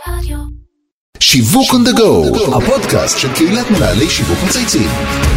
שיווק on the go, הפודקאסט של קהילת מנהלי שיווק מצייצים.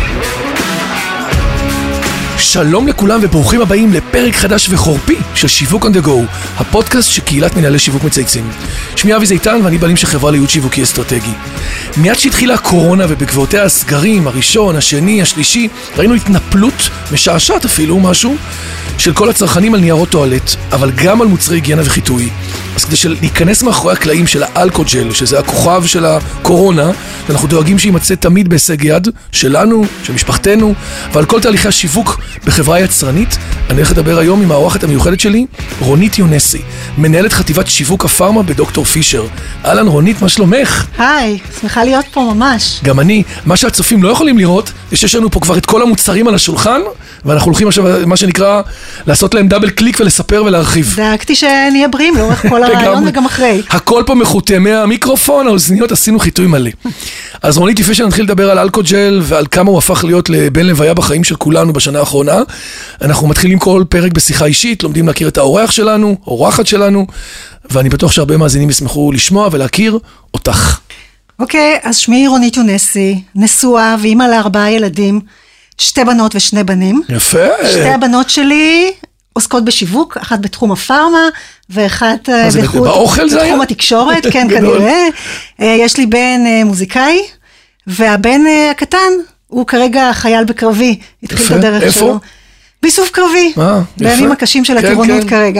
שלום לכולם וברוכים הבאים לפרק חדש וחורפי של שיווק on the go, הפודקאסט של קהילת מנהלי שיווק מצייצים. שמי אבי זיתן ואני בעלים של חברה לייעוץ שיווקי אסטרטגי. מיד שהתחילה הקורונה ובעקבותיה הסגרים, הראשון, השני, השלישי, ראינו התנפלות, משעשעת אפילו משהו, של כל הצרכנים על ניירות טואלט, אבל גם על מוצרי היגיינה וחיטוי. אז כדי להיכנס מאחורי הקלעים של האלכוג'ל, שזה הכוכב של הקורונה, אנחנו דואגים שימצא תמיד בהישג יד שלנו, של משפחתנו, ועל כל תהליכי השיווק בחברה יצרנית. אני הולך לדבר היום עם האורחת המיוחדת שלי, רונית יונסי, מנהלת חטיבת שיווק הפארמה בדוקטור פישר. אהלן רונית, מה שלומך? היי, שמחה להיות פה ממש. גם אני. מה שהצופים לא יכולים לראות, זה שיש לנו פה כבר את כל המוצרים על השולחן, ואנחנו הולכים עכשיו, מה שנקרא, לעשות להם דאבל קליק ולספר ולהרחיב. דאגתי שנהיה בריאים לאורך כל הרעיון וגם אחרי. הכל פה מחוטא, מהמיקרופון, האוזניות, עשינו חיטוי מלא. אז רונית, לפני שנתחיל לדבר על אלכוג'ל ועל כמה הוא הפך להיות לבן לוויה בחיים של כולנו בשנה האחרונה, אנחנו מתחילים כל פרק בשיחה אישית, לומדים להכיר את האורח שלנו, אורחת שלנו, ואני בטוח שהרבה מאזינים ישמחו לשמוע ולהכיר אותך. אוקיי, אז שמי רונית יונסי, נשואה ואימא ל4 ילדים, 2 בנות ו2 בנים. יפה. 2 הבנות שלי עוסקות בשיווק, אחת בתחום הפארמה, ואחת בתחום התקשורת, כן, כנראה. יש לי בן מוזיקאי, והבן הקטן הוא כרגע חייל בקרבי, התחיל את הדרך שלו. איפה? באיסוף קרבי, בימים הקשים של הטירונות כרגע.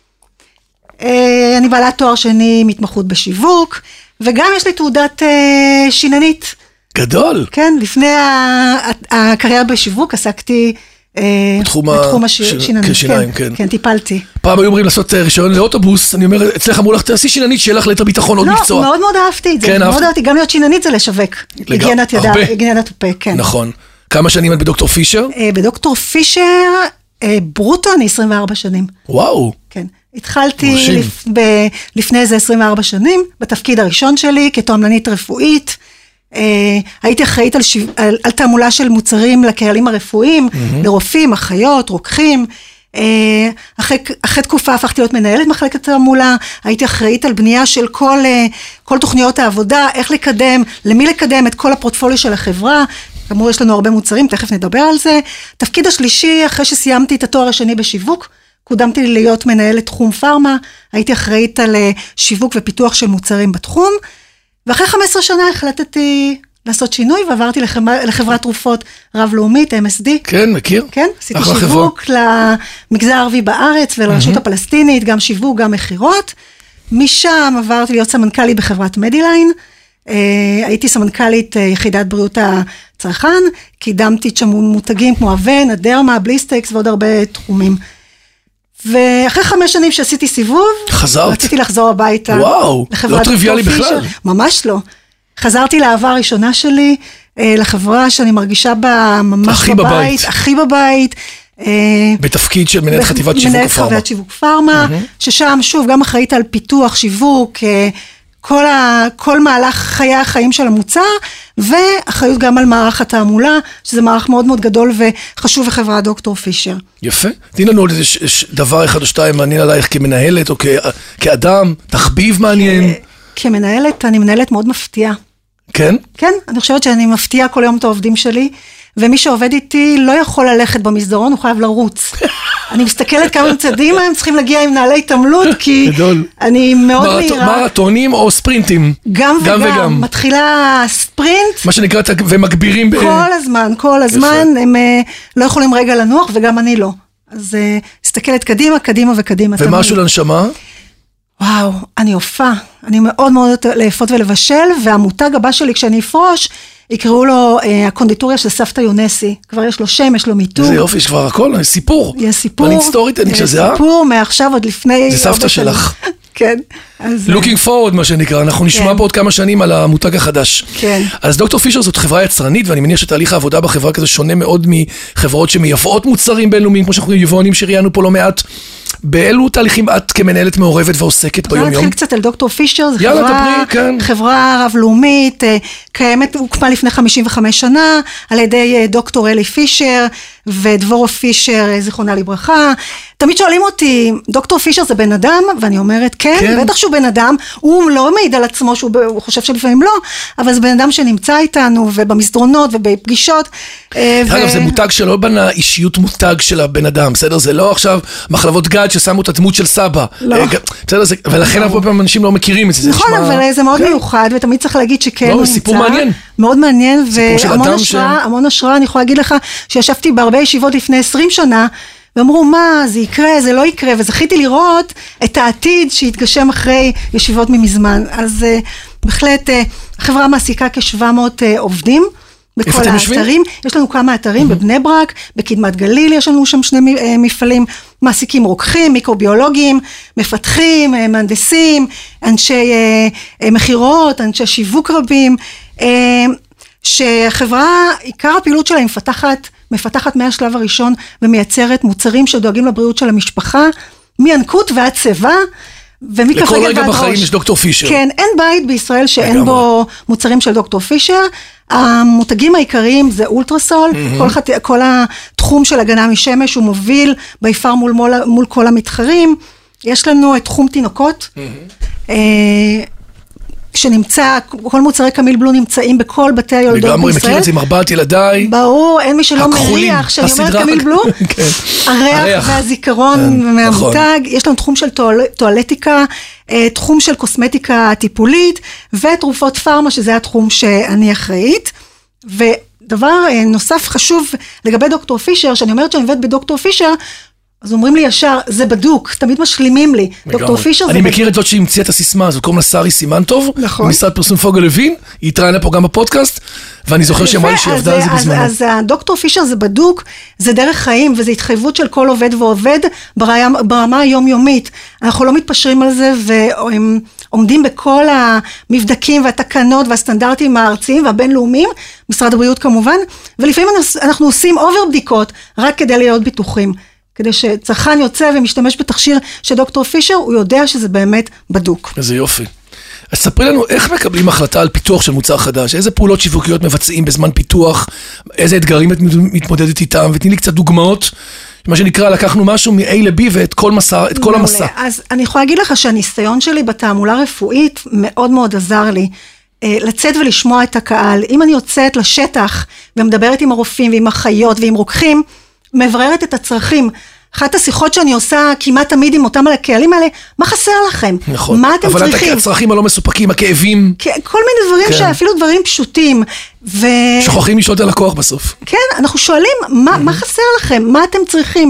אני בעלת תואר שני מתמחות בשיווק, וגם יש לי תעודת שיננית. גדול. כן, לפני הקריירה בשיווק עסקתי בתחום השינניים, כן, טיפלתי. פעם היו אומרים לעשות רישיון לאוטובוס, אני אומר, אצלך אמרו לך, תעשי שיננית שיהיה לך ליתר ביטחון עוד מקצוע. לא, מאוד מאוד אהבתי את זה, מאוד אהבתי, גם להיות שיננית זה לשווק. היגיינת ידיים, היגיינת הפה, כן. נכון. כמה שנים את בדוקטור פישר? בדוקטור פישר, ברוטו אני 24 שנים. וואו. כן. התחלתי לפני איזה 24 שנים, בתפקיד הראשון שלי, כתועמלנית רפואית, הייתי אחראית על תעמולה של מוצרים לקהלים הרפואיים, לרופאים, אחיות, רוקחים. אחרי תקופה הפכתי להיות מנהלת מחלקת תעמולה, הייתי אחראית על בנייה של כל תוכניות העבודה, איך לקדם, למי לקדם את כל הפורטפוליו של החברה. כאמור, יש לנו הרבה מוצרים, תכף נדבר על זה. תפקיד השלישי, אחרי שסיימתי את התואר השני בשיווק, קודמתי לי להיות מנהלת תחום פארמה, הייתי אחראית על שיווק ופיתוח של מוצרים בתחום, ואחרי 15 שנה החלטתי לעשות שינוי, ועברתי לחברת תרופות רב-לאומית, MSD. כן, מכיר. כן, עשיתי שיווק למגזר הערבי בארץ, ולרשות הפלסטינית, גם שיווק, גם מחירות. משם עברתי להיות סמנכ"לית בחברת מדיליין, הייתי סמנכ"לית יחידת בריאות הצרכן, קידמתי שם מותגים כמו אבן, אדרמה, בליסטקס ועוד הרבה תחומים. ואחרי 5 שנים שעשיתי סיבוב, חזרת. רציתי לחזור הביתה. וואו, לא טריוויאלי בכלל. ממש לא. חזרתי לאהבה הראשונה שלי, לחברה שאני מרגישה בה ממש בבית, הכי בבית. בתפקיד של מנהלת חטיבת שיווק מנהלת פארמה. חטיבת שיווק פארמה, ששם שוב גם אחראית על פיתוח, שיווק, כל מהלך חיי החיים של המוצר, ואחריות גם על מערך התעמולה, שזה מערך מאוד מאוד גדול וחשוב בחברה דוקטור פישר. יפה. תני לנו עוד איזה דבר אחד או שתיים מעניין עלייך כמנהלת או כאדם, תחביב מעניין. כמנהלת, אני מנהלת מאוד מפתיעה. כן? כן, אני חושבת שאני מפתיעה כל יום את העובדים שלי, ומי שעובד איתי לא יכול ללכת במסדרון, הוא חייב לרוץ. אני מסתכלת כמה צעדים, הם צריכים להגיע עם נעלי תמלות, כי אני מאוד מהירה. מרתונים או ספרינטים? גם וגם. מתחילה ספרינט. מה שנקרא, ומגבירים. כל הזמן, הם לא יכולים רגע לנוח, וגם אני לא. אז מסתכלת קדימה וקדימה. ומשהו לנשמה? וואו, אני אופה. אני מאוד מאוד לאפות ולבשל, והמותג הבא שלי כשאני אפרוש, יקראו לו הקונדיטוריה של סבתא יונסי. כבר יש לו שם, יש לו מיתוג. זה יופי, יש כבר הכל, סיפור. יש סיפור. אני סטורית, אני כשזה, סיפור מעכשיו עוד לפני. זה סבתא שלך. כן. Looking forward, מה שנקרא. אנחנו נשמע פה עוד כמה שנים על המותג החדש. כן. אז דוקטור פישר זאת חברה יצרנית, ואני מניח שתהליך העבודה בחברה כזה שונה מאוד מחברות שמייבאות מוצרים בינלאומיים, כמו שאנחנו יבואנים שראיינו פה לא מעט. באילו תהליכים את כמנהלת מעורבת ועוסקת ביום יום? נתחיל קצת על דוקטור פישר, זו חברה רב-לאומית, הוקמה לפני 55 שנה, על ידי דוקטור אלי פישר, ודבורו פישר, זיכרונה לברכה. תמיד שואלים אותי, דוקטור פישר זה בן אדם? ואני אומרת, כן, בטח שהוא בן אדם, הוא לא מעיד על עצמו, שהוא חושב שלפעמים לא, אבל זה בן אדם שנמצא איתנו, ובמסדרונות, ובפגישות. אגב, זה מותג שלא בנה אישיות מותג של הבן אדם, בסדר? זה לא עכשיו מחלבות גד ששמו את הדמות של סבא. לא. בסדר, ולכן הרבה פעמים אנשים לא מכירים את זה. נכון, אבל זה מאוד מיוחד, ותמיד צריך להגיד שכן הוא נמצא. סיפור מעניין. מאוד מעניין, והמון השראה, אני יכולה להגיד לך, שישבתי בהרבה ישיבות לפני 20 שנה, ואמרו, מה, זה יקרה, זה לא יקרה, וזכיתי לראות את העתיד שהתגשם אחרי ישיבות ממזמן. אז בהחלט, החברה מעסיקה כ-700 עובדים, בכל האתרים. יש לנו כמה אתרים, בבני ברק, בקדמת גליל, יש לנו שם 2 מפעלים, מעסיקים רוקחים, מיקרוביולוגים, מפתחים, מהנדסים, אנשי מחירות, אנשי שיווק רבים, שחברה, עיקר הפעילות שלה היא מפתחת מהשלב הראשון, ומייצרת מוצרים שדואגים לבריאות של המשפחה, מינקות ועד צבע, לכל רגע בחיים יש דוקטור פישר. כן, אין בית בישראל שאין בו מוצרים של דוקטור פישר. המותגים העיקריים זה אולטרסול, כל התחום של הגנה משמש הוא מוביל ביפר מול כל המתחרים. יש לנו את תחום תינוקות, שנמצא, כל מוצרי קמיל בלו נמצאים בכל בתי היולדות בישראל. לגמרי, מכיר את זה עם 4 ילדיי. ברור, אין מי שלא מריח, שאני אומרת קמיל בלו, הריח והזיכרון מהמותג, יש לנו תחום של טואלטיקה, תחום של קוסמטיקה טיפולית, ותרופות פארמה, שזה התחום שאני אחראית, ודבר נוסף חשוב לגבי דוקטור פישר, שאני אומרת שאני עובדת בדוקטור פישר, אז אומרים לי ישר, זה בדוק, תמיד משלימים לי. דוקטור פישר זה בדוק. אני מכיר את זאת שהמציאה את הסיסמה, זו קוראים לה שרי סימנטוב, במשרד פרסום פוגל לוין, היא התראיינה פה גם בפודקאסט, ואני זוכר שאמרה לי שעבדה על זה בזמנו. אז הדוקטור פישר זה בדוק, זה דרך חיים, וזו התחייבות של כל עובד ועובד ברמה היומיומית. אנחנו לא מתפשרים על זה, ועומדים בכל המבדקים והתקנות והסטנדרטים הארציים והבינלאומיים, משרד הבריאות כמובן, ולפעמים אנחנו עושים אובר בדיקות, רק כדי להיות ביטוחים. כדי שצרכן יוצא ומשתמש בתכשיר של דוקטור פישר, הוא יודע שזה באמת בדוק. איזה יופי. אז ספרי לנו איך מקבלים החלטה על פיתוח של מוצר חדש, איזה פעולות שיווקיות מבצעים בזמן פיתוח, איזה אתגרים את מתמודדת איתם, ותני לי קצת דוגמאות, מה שנקרא, לקחנו משהו מ-A ל-B ואת כל המסע. אז אני יכולה להגיד לך שהניסיון שלי בתעמולה רפואית מאוד מאוד עזר לי, לצאת ולשמוע את הקהל. אם אני יוצאת לשטח ומדברת עם הרופאים ועם אחיות ועם רוקחים, מבררת את הצרכים. אחת השיחות שאני עושה כמעט תמיד עם אותם הקהלים האלה, מה חסר לכם? נכון. מה אתם צריכים? אבל הצרכים הלא מסופקים, הכאבים. כל מיני דברים שאפילו דברים פשוטים. שוכחים לשאול את הלקוח בסוף. כן, אנחנו שואלים, מה חסר לכם? מה אתם צריכים?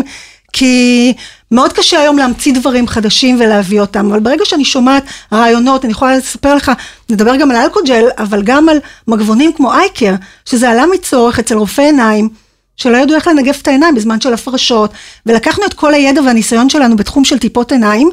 כי מאוד קשה היום להמציא דברים חדשים ולהביא אותם, אבל ברגע שאני שומעת רעיונות, אני יכולה לספר לך, נדבר גם על אלכוג'ל, אבל גם על מגבונים כמו אייקר, שזה עלה מצורך אצל רופאי עיניים, שלא ידעו איך לנגף את העיניים בזמן של הפרשות, ולקחנו את כל הידע והניסיון שלנו בתחום של טיפות עיניים,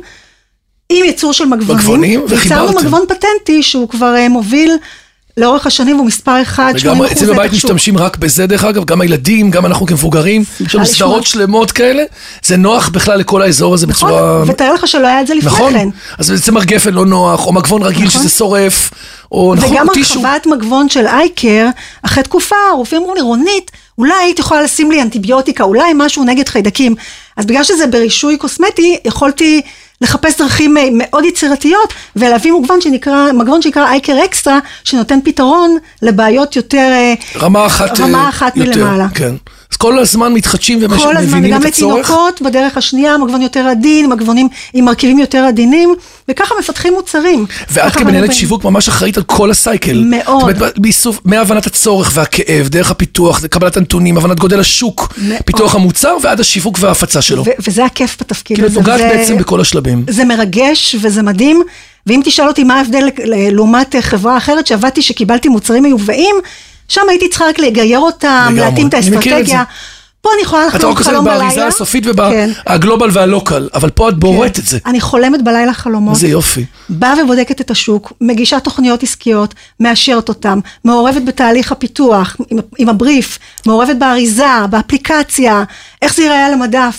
עם ייצור של מגבונים, ויצרנו מגבון פטנטי שהוא כבר מוביל לאורך השנים, הוא מספר 1, 80%. וגם אצל בבית משתמשים רק בזה, דרך אגב, גם הילדים, גם אנחנו כמבוגרים, יש לנו סדרות שלמות כאלה, זה נוח בכלל לכל האזור הזה בצורה... נכון, ותאר לך שלא היה את זה לפני כן. אז זה צמר גפן לא נוח, או מגבון רגיל שזה שורף, או וגם הרחבת מגבון של אייקר, אחרי תקופה, הרופאים אמרו לי, רונית, אולי היית יכולה לשים לי אנטיביוטיקה, אולי משהו נגד חיידקים. אז בגלל שזה ברישוי קוסמטי, יכולתי לחפש דרכים מאוד יצירתיות, ולהביא מגבון שנקרא אייקר אקסטרה, שנותן פתרון לבעיות יותר... רמה אחת מלמעלה. כן. אז כל הזמן מתחדשים ומבינים את הצורך. כל הזמן, גם לתינוקות בדרך השנייה, מגבון יותר עדין, מגבונים עם מרכיבים יותר עדינים, וככה מפתחים מוצרים. ואת כמנהלת שיווק ממש אחראית על כל הסייקל. מאוד. באיסוף, מהבנת הצורך והכאב, דרך הפיתוח, קבלת הנתונים, הבנת גודל השוק, פיתוח המוצר, ועד השיווק וההפצה שלו. וזה הכיף בתפקיד. כאילו נוגעת בעצם בכל השלבים. זה מרגש וזה מדהים, ואם תשאל אותי מה ההבדל לעומת חברה אחרת שעבדתי שקיבלתי מוצרים מיובאים, שם הייתי צריכה רק לגייר אותם, להתאים את האסטרטגיה. פה אני יכולה לחלום חלום בלילה. באריזה הסופית ובגלובל והלוקל, אבל פה את בוררת את זה. אני חולמת בלילה חלומות. זה יופי. באה ובודקת את השוק, מגישה תוכניות עסקיות, מאשרת אותם, מעורבת בתהליך הפיתוח, עם הבריף, מעורבת באריזה, באפליקציה, איך זה ייראה על המדף.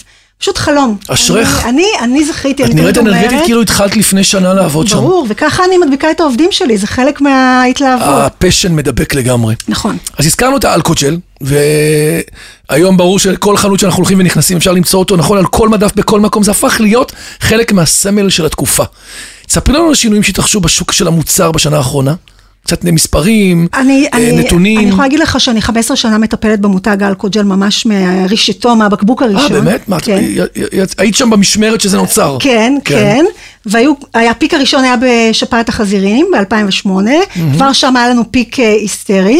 פשוט חלום. אשרך. אני זכיתי, את נראית אנרגטית כאילו התחלת לפני שנה לעבוד שם. ברור, וככה אני מדביקה את העובדים שלי, זה חלק מההתלהבות. הפשן מדבק לגמרי. נכון. אז הזכרנו את האלכוג'ל, והיום ברור שכל חנות שאנחנו הולכים ונכנסים, אפשר למצוא אותו, נכון, על כל מדף, בכל מקום, זה הפך להיות חלק מהסמל של התקופה. תספרי לנו על השינויים שהתרחשו בשוק של המוצר בשנה האחרונה. קצת מספרים, נתונים. אני יכולה להגיד לך שאני 15 שנה מטפלת במותג אלכוג'ל, ממש מראשיתו, מהבקבוק הראשון. באמת? היית שם במשמרת שזה נוצר. כן, כן. והפיק הראשון היה בשפעת החזירים, ב-2008. כבר שם היה לנו פיק היסטרי.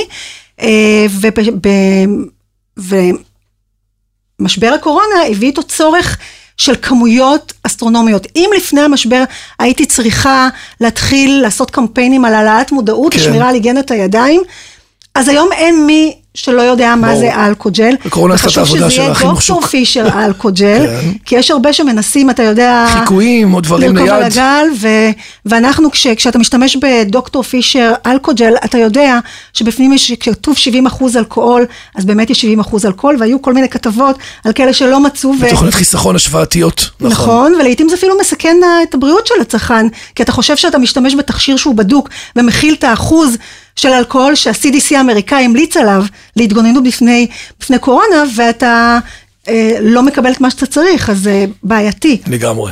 ומשבר הקורונה הביא איתו צורך של כמויות אסטרונומיות. אם לפני המשבר הייתי צריכה להתחיל לעשות קמפיינים על העלאת מודעות, לשמירה על היגיינת הידיים, אז היום אין מי שלא יודע מה זה אלכוג'ל. וחשוב שזה יהיה דוקטור פישר אלכוג'ל, כי יש הרבה שמנסים, אתה יודע, חיקויים או דברים ליד. לרכוב על הגל, ואנחנו, כשאתה משתמש בדוקטור פישר אלכוג'ל, אתה יודע שבפנים יש כתוב 70% אלכוהול, אז באמת יש 70% אלכוהול, והיו כל מיני כתבות על כאלה שלא מצאו. ותוכנית חיסכון השוואתיות. נכון, ולעיתים זה אפילו מסכן את הבריאות של הצרכן, כי אתה חושב שאתה משתמש בתכשיר שהוא בדוק, ומכיל את האחוז של אלכוהול שה-CDC האמריקאי המליץ עליו להתגוננות בפני קורונה, ואתה לא מקבל את מה שאתה צריך, אז זה בעייתי. לגמרי.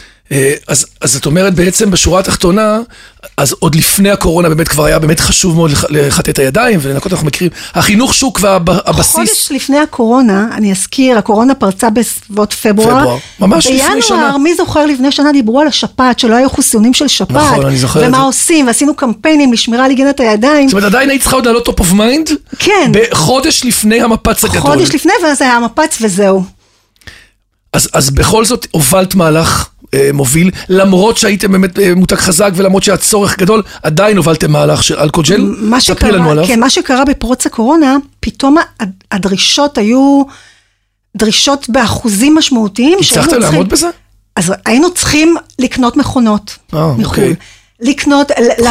אז את אומרת בעצם בשורה התחתונה, אז עוד לפני הקורונה באמת כבר היה באמת חשוב מאוד לחטא את הידיים, ולנקות אנחנו מכירים, החינוך שוק והבסיס. חודש לפני הקורונה, אני אזכיר, הקורונה פרצה בסביבות פברואר. ממש לפני שנה. בינואר, מי זוכר לפני שנה דיברו על השפעת, שלא היו חיסונים של שפעת. נכון, אני זוכר. ומה עושים, ועשינו קמפיינים לשמירה על היגיינת הידיים. זאת אומרת, עדיין היית צריכה עוד לעלות top of mind? כן. בחודש לפני המפץ הגדול. חודש לפני, ואז היה המפץ וזהו. אז בכל זאת הובלת מהלך מוביל, למרות שהייתם באמת מותג חזק, ולמרות שהצורך גדול, עדיין הובלתם מהלך של אלכוג'ל. ספרי לנו עליו. כן, מה שקרה בפרוץ הקורונה, פתאום הדרישות היו דרישות באחוזים משמעותיים. הצלחתם לעמוד בזה? אז היינו צריכים לקנות מכונות. אוקיי. לקנות,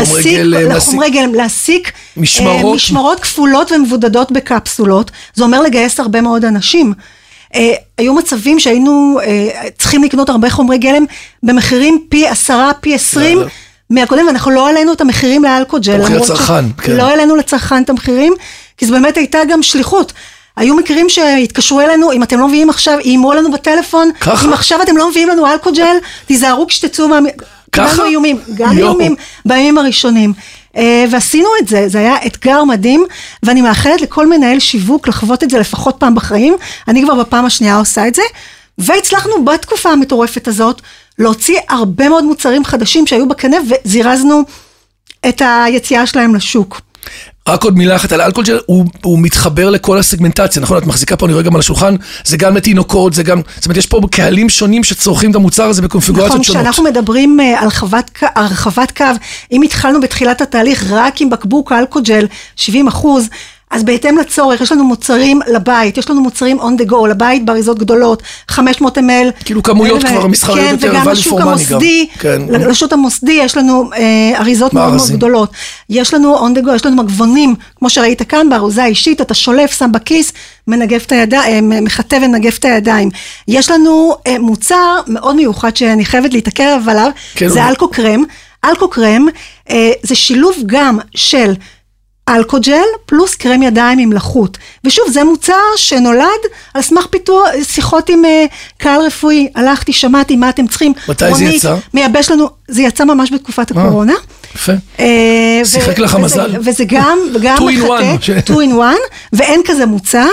לחומרי גלם, להסיק משמרות כפולות ומבודדות בקפסולות. זה אומר לגייס הרבה מאוד אנשים. היו מצבים שהיינו צריכים לקנות הרבה חומרי גלם במחירים פי 10, פי 20 מהקודם, ואנחנו לא העלינו את המחירים לאלכוג'ל. המחיר לצרכן, כן. לא העלינו לצרכן את המחירים, כי זו באמת הייתה גם שליחות. היו מקרים שהתקשרו אלינו, אם אתם לא מביאים עכשיו, איימו לנו בטלפון, אם עכשיו אתם לא מביאים לנו אלכוג'ל, תיזהרו כשתצאו ככה? גם איומים בימים הראשונים. ועשינו את זה, זה היה אתגר מדהים, ואני מאחלת לכל מנהל שיווק לחוות את זה לפחות פעם בחיים, אני כבר בפעם השנייה עושה את זה, והצלחנו בתקופה המטורפת הזאת, להוציא הרבה מאוד מוצרים חדשים שהיו בקנה, וזירזנו את היציאה שלהם לשוק. רק עוד מילה אחת על אלכוג'ל, הוא מתחבר לכל הסגמנטציה, נכון? את מחזיקה פה, אני רואה גם על השולחן, זה גם לתינוקות, זה גם, זאת אומרת, יש פה קהלים שונים שצורכים את המוצר הזה בקונפיגורציות שונות. נכון, כשאנחנו מדברים על הרחבת קו, אם התחלנו בתחילת התהליך רק עם בקבוק אלכוג'ל, 70%, אז בהתאם לצורך, יש לנו מוצרים לבית, יש לנו מוצרים on the go, לבית באריזות גדולות, 500 ml. כאילו כמויות כבר מסחריות יותר, וגם לשוק המוסדי, לשוק המוסדי יש לנו אריזות מאוד מאוד גדולות. יש לנו on the go, יש לנו מגבונים, כמו שראית כאן, בארוזה האישית, אתה שולף, שם בכיס, מנגב את הידיים, מחטא ונגב את הידיים. יש לנו מוצר מאוד מיוחד שאני חייבת להתעכב עליו, זה אלכוקרם. אלכוקרם זה שילוב גם של אלכוג'ל פלוס קרם ידיים עם לחות. ושוב, זה מוצר שנולד על סמך פיתוח, שיחות עם קהל רפואי. הלכתי, שמעתי מה אתם צריכים. מתי זה יצא? מייבש לנו, זה יצא ממש בתקופת הקורונה. יפה. שיחק לך המזל. וזה גם מחטא, 2 in 1, ואין כזה מוצר.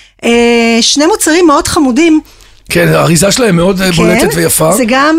שני מוצרים מאוד חמודים. כן, האריזה שלהם מאוד בולטת ויפה. זה גם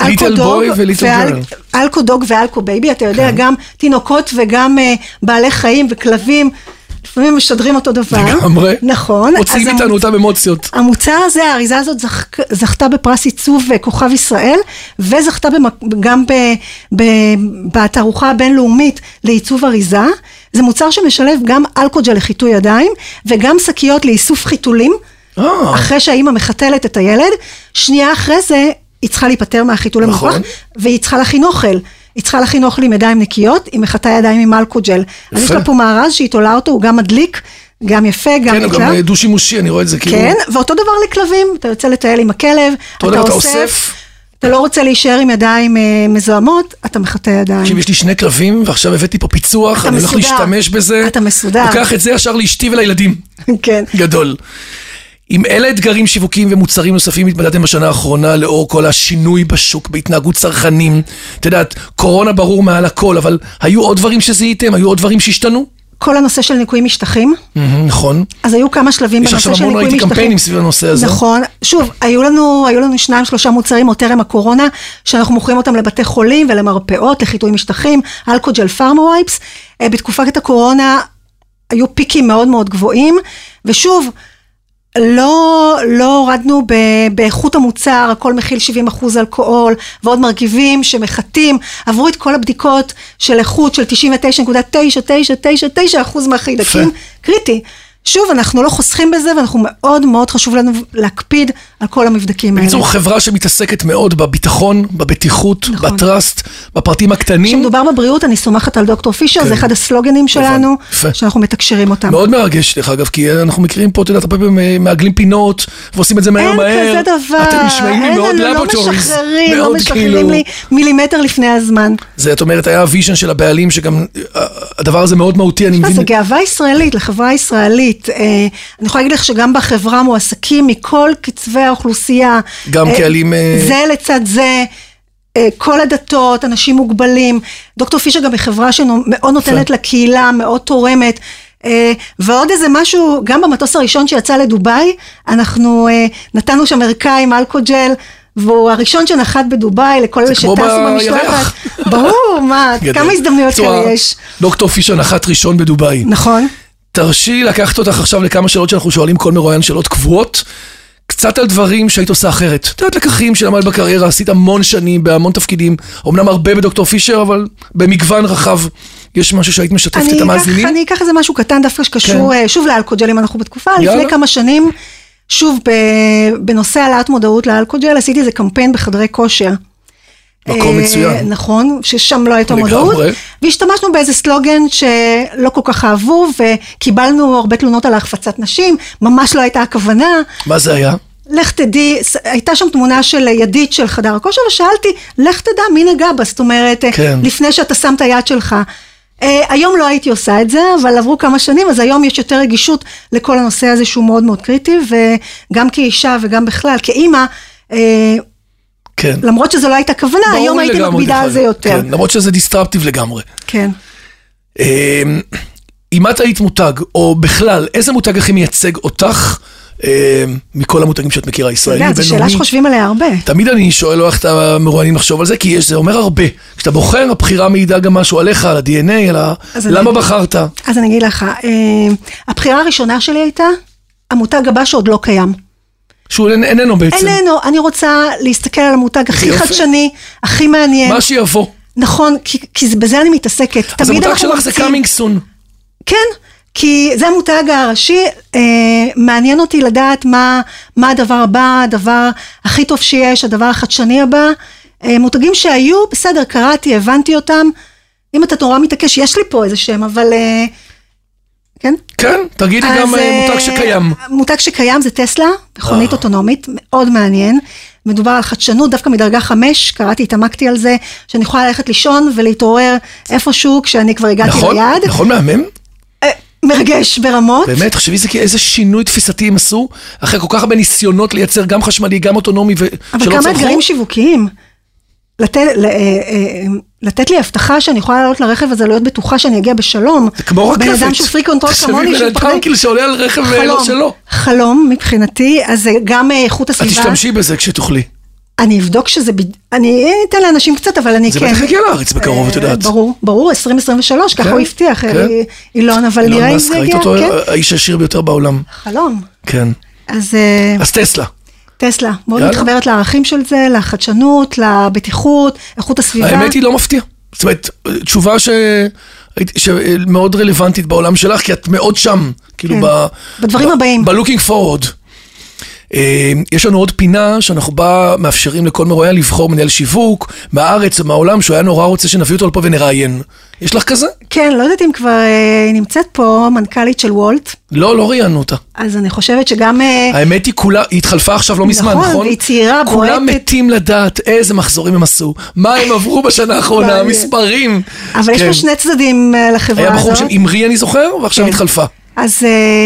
אלכודוג ואלכו בייבי, אתה יודע, גם תינוקות וגם בעלי חיים וכלבים, לפעמים משדרים אותו דבר. לגמרי. נכון. מוצאים איתנו אותם אמוציות. המוצר הזה, האריזה הזאת זכתה בפרס עיצוב כוכב ישראל, וזכתה גם בתערוכה הבינלאומית לעיצוב אריזה. זה מוצר שמשלב גם אלכוג'ל לחיטוי ידיים, וגם שקיות לאיסוף חיתולים, אחרי שהאימא מחתלת את הילד, שנייה אחרי זה, היא צריכה להיפטר מהחיתול המוכרח, והיא צריכה להכין אוכל. היא צריכה להכין אוכל עם ידיים נקיות, היא מחטאה ידיים עם אלכוג'ל. אז יש לה פה מארז שהיא תולה אותו, הוא גם מדליק, גם יפה, גם כן, גם דו-שימושי, אני רואה את זה כאילו. כן, ואותו דבר לכלבים, אתה יוצא לטייל עם הכלב, אתה אוסף, אתה לא רוצה להישאר עם ידיים מזוהמות, אתה מחטא ידיים. עכשיו יש לי 2 כלבים, ועכשיו הבאתי פה פיצוח, אני הולך להשתמש בזה. אתה מסודר. לוקח את זה ישר לאשתי ולילדים. כן. גדול. עם אלה אתגרים שיווקים ומוצרים נוספים התמודדתם בשנה האחרונה לאור כל השינוי בשוק, בהתנהגות צרכנים. אתה יודעת, קורונה ברור מעל הכל, אבל היו עוד דברים שזיהיתם? היו עוד דברים שהשתנו? כל הנושא של ניקוי משטחים. נכון. אז היו כמה שלבים בנושא של ניקוי משטחים. יש עכשיו המון ראיתי קמפיינים סביב הנושא הזה. נכון. שוב, היו לנו 2-3 מוצרים עוד טרם הקורונה, שאנחנו מוכרים אותם לבתי חולים ולמרפאות, לחיטוי משטחים, אלכוג'ל פארמה-וייפס. בתקופת הקורונה היו פיקים מאוד מאוד גבוהים, ושוב, לא הורדנו באיכות המוצר, הכל מכיל 70% אלכוהול, ועוד מרכיבים שמחתים, עברו את כל הבדיקות של איכות של 99.9999% מהחיידקים, קריטי. שוב, אנחנו לא חוסכים בזה, ואנחנו מאוד מאוד חשוב לנו להקפיד על כל המבדקים האלה. בקיצור, חברה שמתעסקת מאוד בביטחון, בבטיחות, בטרסט, בפרטים הקטנים. כשמדובר בבריאות, אני סומכת על דוקטור פישר, זה אחד הסלוגנים שלנו, שאנחנו מתקשרים אותם. מאוד מרגש, דרך אגב, כי אנחנו מכירים פה, אתה יודעת, הרבה פעמים מעגלים פינות, ועושים את זה מהר מהר. אין כזה דבר. אתם נשמעים לי מאוד לבוטוריז. לא משחררים לי מילימטר לפני הזמן. זה, את אומרת, היה הוויז'ן של הבעלים, שגם הדבר הזה מאוד מהותי, אני מבין. זה גאווה ישראלית, לחברה ישראלית. אני יכולה להגיד לך שגם בחברה מועסקים מכל קצווי האוכלוסייה. גם קהלים... זה לצד זה, כל הדתות, אנשים מוגבלים. דוקטור פישר גם בחברה שמאוד נותנת לקהילה, מאוד תורמת. ועוד איזה משהו, גם במטוס הראשון שיצא לדוביי, אנחנו נתנו שם ערכה עם אלכוג'ל, והוא הראשון שנחת בדוביי, לכל אלה שטסו במשלחת. ברור, מה, כמה הזדמנויות כאלה יש. דוקטור פישר נחת ראשון בדוביי. נכון. תרשי לקחת אותך עכשיו לכמה שאלות שאנחנו שואלים כל מרואיין, שאלות קבועות, קצת על דברים שהיית עושה אחרת. אתה יודעת, לקחים שלמד בקריירה, עשית המון שנים, בהמון תפקידים, אמנם הרבה בדוקטור פישר, אבל במגוון רחב, יש משהו שהיית משתפת את המאזינים? אני אקח איזה משהו קטן דווקא שקשור, שוב לאלכוג'לים אנחנו בתקופה, לפני כמה שנים, שוב בנושא העלאת מודעות לאלכוג'ל, עשיתי איזה קמפיין בחדרי כושר. מקום מצוין. נכון, ששם לא הייתה מודעות, והשתמשנו באיזה סלוגן שלא כל כך אהבו, וקיבלנו הרבה תלונות על ההחפצת נשים, ממש לא הייתה הכוונה. מה זה היה? לך תדעי, הייתה שם תמונה של ידית של חדר הכושר, ושאלתי, לך תדע מי נגע בה, זאת אומרת, לפני שאתה שם את היד שלך. היום לא הייתי עושה את זה, אבל עברו כמה שנים, אז היום יש יותר רגישות לכל הנושא הזה שהוא מאוד מאוד קריטי, וגם כאישה וגם בכלל, כאימא, כן. למרות שזה לא הייתה כוונה, היום הייתי מקבידה על זה יותר. כן, למרות שזה דיסטרפטיב לגמרי. כן. אם את היית מותג, או בכלל, איזה מותג הכי מייצג אותך, מכל המותגים שאת מכירה, ישראלי, בינלאומי? זו שאלה שחושבים עליה הרבה. תמיד אני שואל איך אתה מרואיינים לחשוב על זה, כי זה אומר הרבה. כשאתה בוחר, הבחירה מעידה גם משהו עליך, על ה-DNA, למה בחרת? אז אני אגיד לך, הבחירה הראשונה שלי הייתה, המותג הבא שעוד לא קיים. שהוא איננו בעצם. איננו, אני רוצה להסתכל על המותג הכי חדשני, הכי מעניין. מה שיבוא. נכון, כי בזה אני מתעסקת. אז המותג שלך זה coming soon. כן, כי זה המותג הראשי, מעניין אותי לדעת מה הדבר הבא, הדבר הכי טוב שיש, הדבר החדשני הבא. מותגים שהיו, בסדר, קראתי, הבנתי אותם. אם אתה נורא מתעקש, יש לי פה איזה שם, אבל... כן? כן, תגידי גם מותג שקיים. מותג שקיים זה טסלה, מכונית אוטונומית, מאוד מעניין. מדובר על חדשנות, דווקא מדרגה 5, קראתי, התעמקתי על זה, שאני יכולה ללכת לישון ולהתעורר איפשהו כשאני כבר הגעתי ליעד. נכון, מהמם? מרגש ברמות. באמת, חשבי זה איזה שינוי תפיסתי הם עשו, אחרי כל כך הרבה ניסיונות לייצר גם חשמלי, גם אוטונומי, אבל כמה אתגרים שיווקיים. לתת לי הבטחה שאני יכולה לעלות לרכב הזה, להיות בטוחה שאני אגיע בשלום. זה כמו רכבת. בן אדם שהוא פרי קונטרול כמוני. תחשבי בן אדם כאילו שעולה על רכב לא שלו. חלום מבחינתי, אז גם איכות הסביבה. את תשתמשי בזה כשתוכלי. אני אבדוק שזה, אני אתן לאנשים קצת, אבל אני כן. זה בטח הגיע לארץ בקרוב, את יודעת. ברור, 2023, ככה הוא הבטיח, אילון, אבל נראה אם זה הגיע. ראית אותו האיש העשיר ביותר בעולם. חלום. כן. אז טסלה. טסלה, מאוד מתחברת לערכים של זה, לחדשנות, לבטיחות, איכות הסביבה. האמת היא לא מפתיע. זאת אומרת, תשובה שמאוד רלוונטית בעולם שלך, כי את מאוד שם, כאילו בדברים הבאים. ב-looking forward. יש לנו עוד פינה שאנחנו בה מאפשרים לכל מרואיין לבחור מנהל שיווק, מהארץ ומהעולם, שהוא היה נורא רוצה שנביא אותו לפה ונראיין. יש לך כזה? כן, לא יודעת אם כבר נמצאת פה מנכ"לית של וולט. לא ראיינו אותה. אז אני חושבת שגם... האמת היא כולה, היא התחלפה עכשיו לא מזמן, נכון? נכון, והיא צעירה, בועטת. כולם מתים לדעת איזה מחזורים הם עשו, מה הם עברו בשנה האחרונה, המספרים. אבל יש פה שני צדדים לחברה הזאת. היה בחור שם אמרי אני זוכר, ועכשיו התחלפה. אז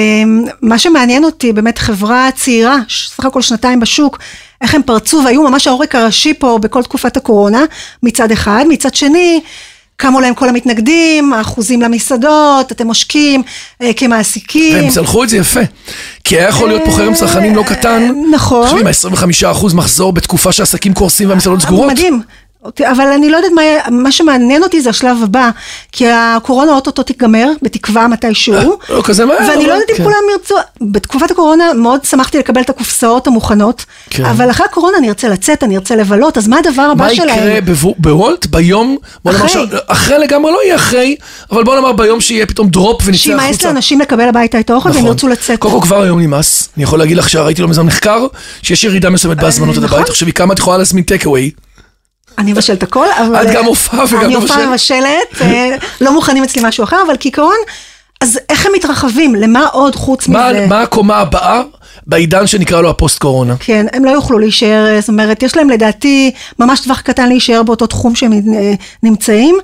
מה שמעניין אותי, באמת חברה צעירה, סך הכל 2 בשוק, איך הם פרצו והיו ממש העורק הראשי פה בכל תקופת הקורונה, מצד אחד, מצד שני, קמו להם כל המתנגדים, האחוזים למסעדות, אתם משקיעים כמעסיקים. והם צלחו את זה יפה, כי היה יכול להיות פה חרם צרכנים לא קטן, נכון. חושבים, 25% מחזור בתקופה שהעסקים קורסים והמסעדות סגורות. מדהים. אבל אני לא יודעת מה שמעניין אותי זה השלב הבא, כי הקורונה אוטוטו תיגמר, בתקווה מתישהו. לא כזה מהר. ואני לא יודעת אם כולם ירצו, בתקופת הקורונה מאוד שמחתי לקבל את הקופסאות המוכנות, אבל אחרי הקורונה אני ארצה לצאת, אני ארצה לבלות, אז מה הדבר הבא שלהם? מה יקרה בוולט ביום, אחרי לגמרי לא יהיה אחרי, אבל בוא נאמר ביום שיהיה פתאום דרופ ונצא החוצה. שימאס לאנשים לקבל הביתה את האוכל והם ירצו לצאת. קודם כבר היום נמאס, אני יכול להגיד לך שראיתי לו מזמן מחקר, שיש ירידה מסוימת בהזמנות לבית, עכשיו כמה את יכולה להזמין טייק-אווי. אני מבשלת הכל, אבל... את גם הופעה וגם מבשלת. אני הופעה מבשלת, לא מוכנים אצלי משהו אחר, אבל כעיקרון, אז איך הם מתרחבים? למה עוד חוץ מזה? מה הקומה הבאה בעידן שנקרא לו הפוסט קורונה? כן, הם לא יוכלו להישאר, זאת אומרת, יש להם לדעתי ממש טווח קטן להישאר באותו תחום שהם נמצאים,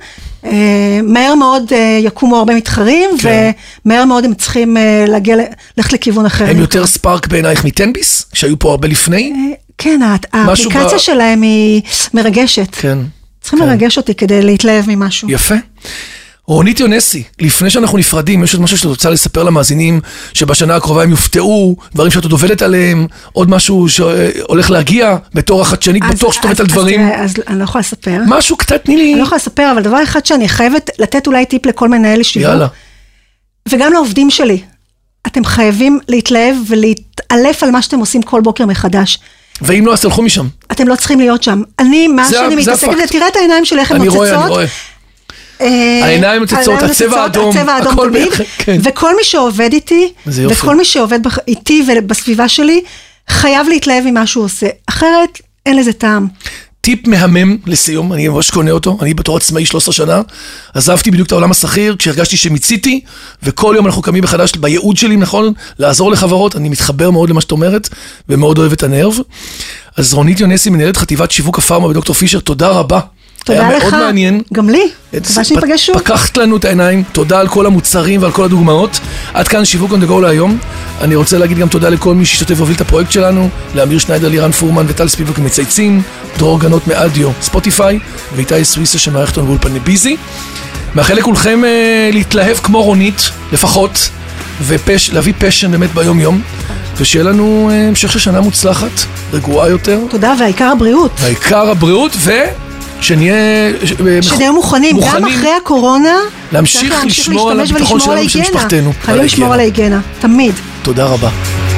מהר מאוד יקומו הרבה מתחרים, ומהר מאוד הם צריכים ללכת לכיוון אחר. הם יותר ספארק בעינייך מטנביס, שהיו פה הרבה לפני? כן, האפליקציה שלהם היא מרגשת. כן. צריכים לרגש אותי כדי להתלהב ממשהו. יפה. רונית יונסי, לפני שאנחנו נפרדים, יש עוד משהו שאת רוצה לספר למאזינים, שבשנה הקרובה הם יופתעו, דברים שאת עוד עובדת עליהם, עוד משהו שהולך להגיע, בתור החדשנית, בטוח שאת עובדת על דברים. אז אני לא יכולה לספר. משהו קצת תני לי. אני לא יכולה לספר, אבל דבר אחד שאני חייבת לתת אולי טיפ לכל מנהל שיווק. יאללה. וגם לעובדים שלי. אתם חייבים להתלהב ולהתעלף על מה שאתם עושים כל בוקר מחדש. ואם לא, אז תלכו משם. אתם לא צריכים להיות שם. מה שאני מתעסקת, תראה את העיניים שלי, איך הן מוצצות. אני רואה. העיניים מוצצות, הצבע האדום, הכל ביחד. וכל מי שעובד איתי, וכל מי שעובד איתי ובסביבה שלי, חייב להתלהב עם מה שהוא עושה. אחרת, אין לזה טעם. טיפ מהמם לסיום, אני ממש קונה אותו, אני בתור עצמאי 13 שנה, עזבתי בדיוק את העולם השכיר, כשהרגשתי שמיציתי, וכל יום אנחנו קמים מחדש בייעוד שלי, נכון, לעזור לחברות, אני מתחבר מאוד למה שאת אומרת, ומאוד אוהב את הנרב. אז רונית יונסי, מנהלת חטיבת שיווק הפארמה בדוקטור פישר, תודה רבה. תודה לך, מאוד מעניין. גם לי, תודה שניפגש שוב. פקחת לנו את העיניים, תודה על כל המוצרים ועל כל הדוגמאות. עד כאן שיווק on the go להיום. אני רוצה להגיד גם תודה לכל מי שהשתתף והוביל את הפרויקט שלנו, לאמיר שניידר, לירן פורמן וטל ספיבוק מצייצים, דרור גנות מאדיו, ספוטיפיי, ואיתי סוויסה שמערכתון ואולפני ביזי. מאחל לכולכם להתלהב כמו רונית, לפחות, ולהביא פשן באמת ביום יום, ושיהיה לנו המשך של שנה מוצלחת, רגועה יותר. תודה, והעיקר הבריאות. העיקר הבריאות שנהיה מוכנים, גם אחרי הקורונה, להמשיך לשמור על הביטחון שלנו ושל משפחתנו. חייבים לשמור על ההיגיינה, תמיד. תודה רבה.